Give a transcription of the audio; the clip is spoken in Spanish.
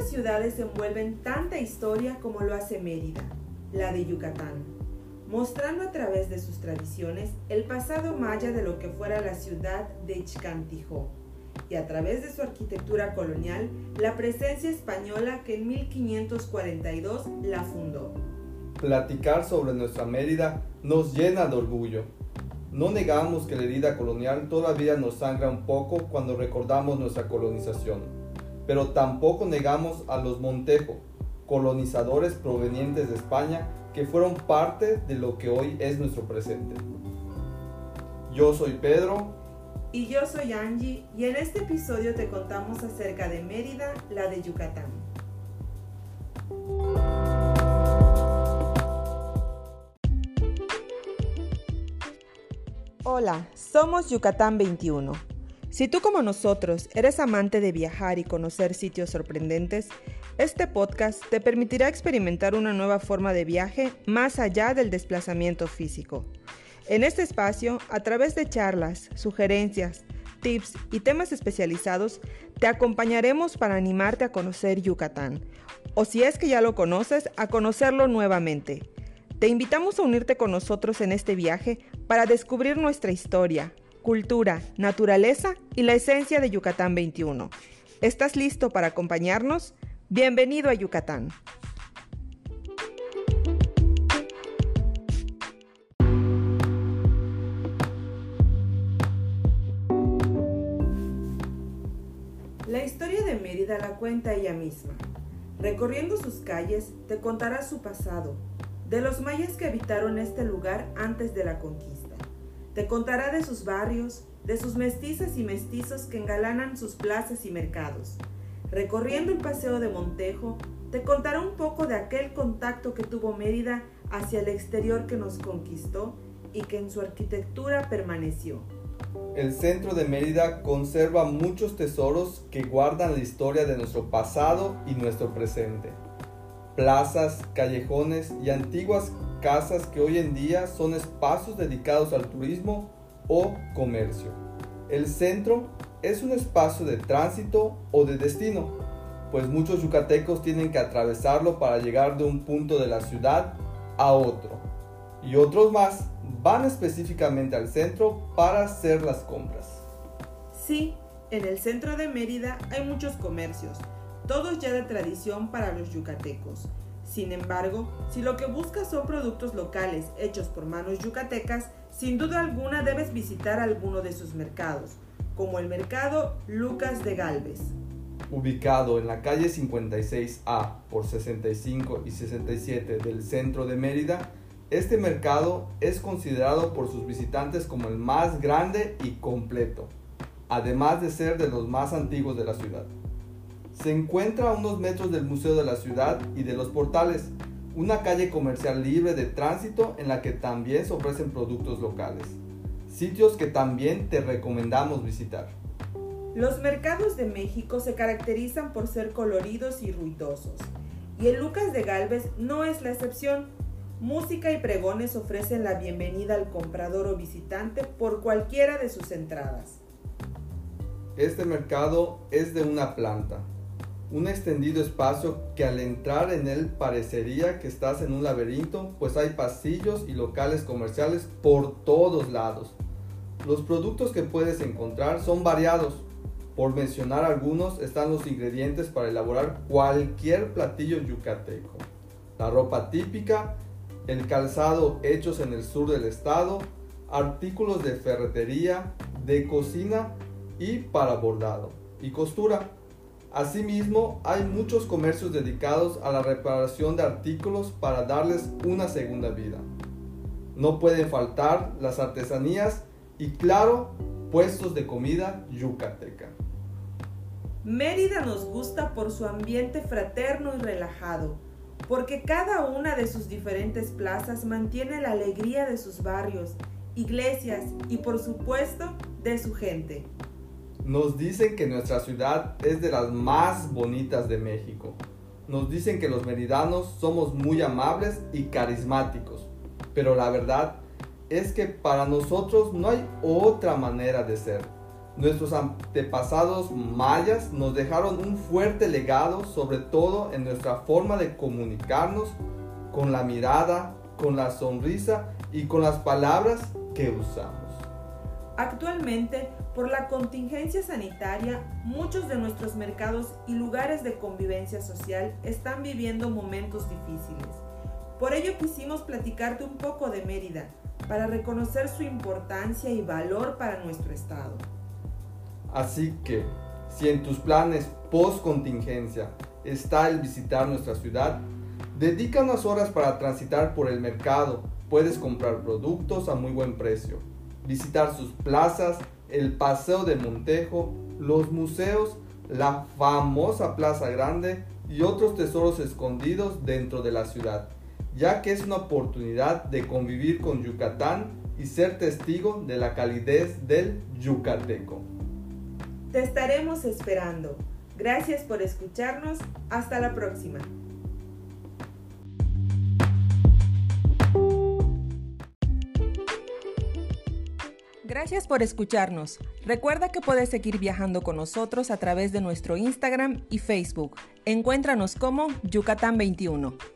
Pocas ciudades envuelven tanta historia como lo hace Mérida, la de Yucatán, mostrando a través de sus tradiciones el pasado maya de lo que fuera la ciudad de Ixcantijó, y a través de su arquitectura colonial, la presencia española que en 1542 la fundó. Platicar sobre nuestra Mérida nos llena de orgullo. No negamos que la herida colonial todavía nos sangra un poco cuando recordamos nuestra colonización, pero tampoco negamos a los Montejo, colonizadores provenientes de España que fueron parte de lo que hoy es nuestro presente. Yo soy Pedro. Y yo soy Angie, y en este episodio te contamos acerca de Mérida, la de Yucatán. Hola, somos Yucatán 21. Si tú como nosotros eres amante de viajar y conocer sitios sorprendentes, este podcast te permitirá experimentar una nueva forma de viaje más allá del desplazamiento físico. En este espacio, a través de charlas, sugerencias, tips y temas especializados, te acompañaremos para animarte a conocer Yucatán, o si es que ya lo conoces, a conocerlo nuevamente. Te invitamos a unirte con nosotros en este viaje para descubrir nuestra historia, cultura, naturaleza y la esencia de Yucatán 21. ¿Estás listo para acompañarnos? Bienvenido a Yucatán. La historia de Mérida la cuenta ella misma. Recorriendo sus calles, te contará su pasado, de los mayas que habitaron este lugar antes de la conquista. Te contará de sus barrios, de sus mestizas y mestizos que engalanan sus plazas y mercados. Recorriendo el Paseo de Montejo, te contará un poco de aquel contacto que tuvo Mérida hacia el exterior que nos conquistó y que en su arquitectura permaneció. El centro de Mérida conserva muchos tesoros que guardan la historia de nuestro pasado y nuestro presente. Plazas, callejones y antiguas casas que hoy en día son espacios dedicados al turismo o comercio. El centro es un espacio de tránsito o de destino, pues muchos yucatecos tienen que atravesarlo para llegar de un punto de la ciudad a otro, y otros más van específicamente al centro para hacer las compras. Sí, en el centro de Mérida hay muchos comercios, todos ya de tradición para los yucatecos. Sin embargo, si lo que buscas son productos locales hechos por manos yucatecas, sin duda alguna debes visitar alguno de sus mercados, como el mercado Lucas de Gálvez. Ubicado en la calle 56A por 65 y 67 del centro de Mérida, este mercado es considerado por sus visitantes como el más grande y completo, además de ser de los más antiguos de la ciudad. Se encuentra a unos metros del Museo de la Ciudad y de los Portales, una calle comercial libre de tránsito en la que también se ofrecen productos locales, sitios que también te recomendamos visitar. Los mercados de México se caracterizan por ser coloridos y ruidosos, y el Lucas de Gálvez no es la excepción. Música y pregones ofrecen la bienvenida al comprador o visitante por cualquiera de sus entradas. Este mercado es de una planta, un extendido espacio que al entrar en él parecería que estás en un laberinto, pues hay pasillos y locales comerciales por todos lados. Los productos que puedes encontrar son variados. Por mencionar algunos están los ingredientes para elaborar cualquier platillo yucateco, la ropa típica, el calzado hechos en el sur del estado, artículos de ferretería, de cocina y para bordado y costura. Asimismo, hay muchos comercios dedicados a la reparación de artículos para darles una segunda vida. No pueden faltar las artesanías y, claro, puestos de comida yucateca. Mérida nos gusta por su ambiente fraterno y relajado, porque cada una de sus diferentes plazas mantiene la alegría de sus barrios, iglesias y, por supuesto, de su gente. Nos dicen que nuestra ciudad es de las más bonitas de México. Nos dicen que los meridanos somos muy amables y carismáticos, pero la verdad es que para nosotros no hay otra manera de ser. Nuestros antepasados mayas nos dejaron un fuerte legado, sobre todo en nuestra forma de comunicarnos, con la mirada, con la sonrisa y con las palabras que usamos. Actualmente, por la contingencia sanitaria, muchos de nuestros mercados y lugares de convivencia social están viviendo momentos difíciles. Por ello quisimos platicarte un poco de Mérida, para reconocer su importancia y valor para nuestro estado. Así que, si en tus planes post-contingencia está el visitar nuestra ciudad, dedica unas horas para transitar por el mercado. Puedes comprar productos a muy buen precio, visitar sus plazas, el Paseo de Montejo, los museos, la famosa Plaza Grande y otros tesoros escondidos dentro de la ciudad, ya que es una oportunidad de convivir con Yucatán y ser testigo de la calidez del yucateco. Te estaremos esperando. Gracias por escucharnos. Hasta la próxima. Gracias por escucharnos. Recuerda que puedes seguir viajando con nosotros a través de nuestro Instagram y Facebook. Encuéntranos como Yucatán 21.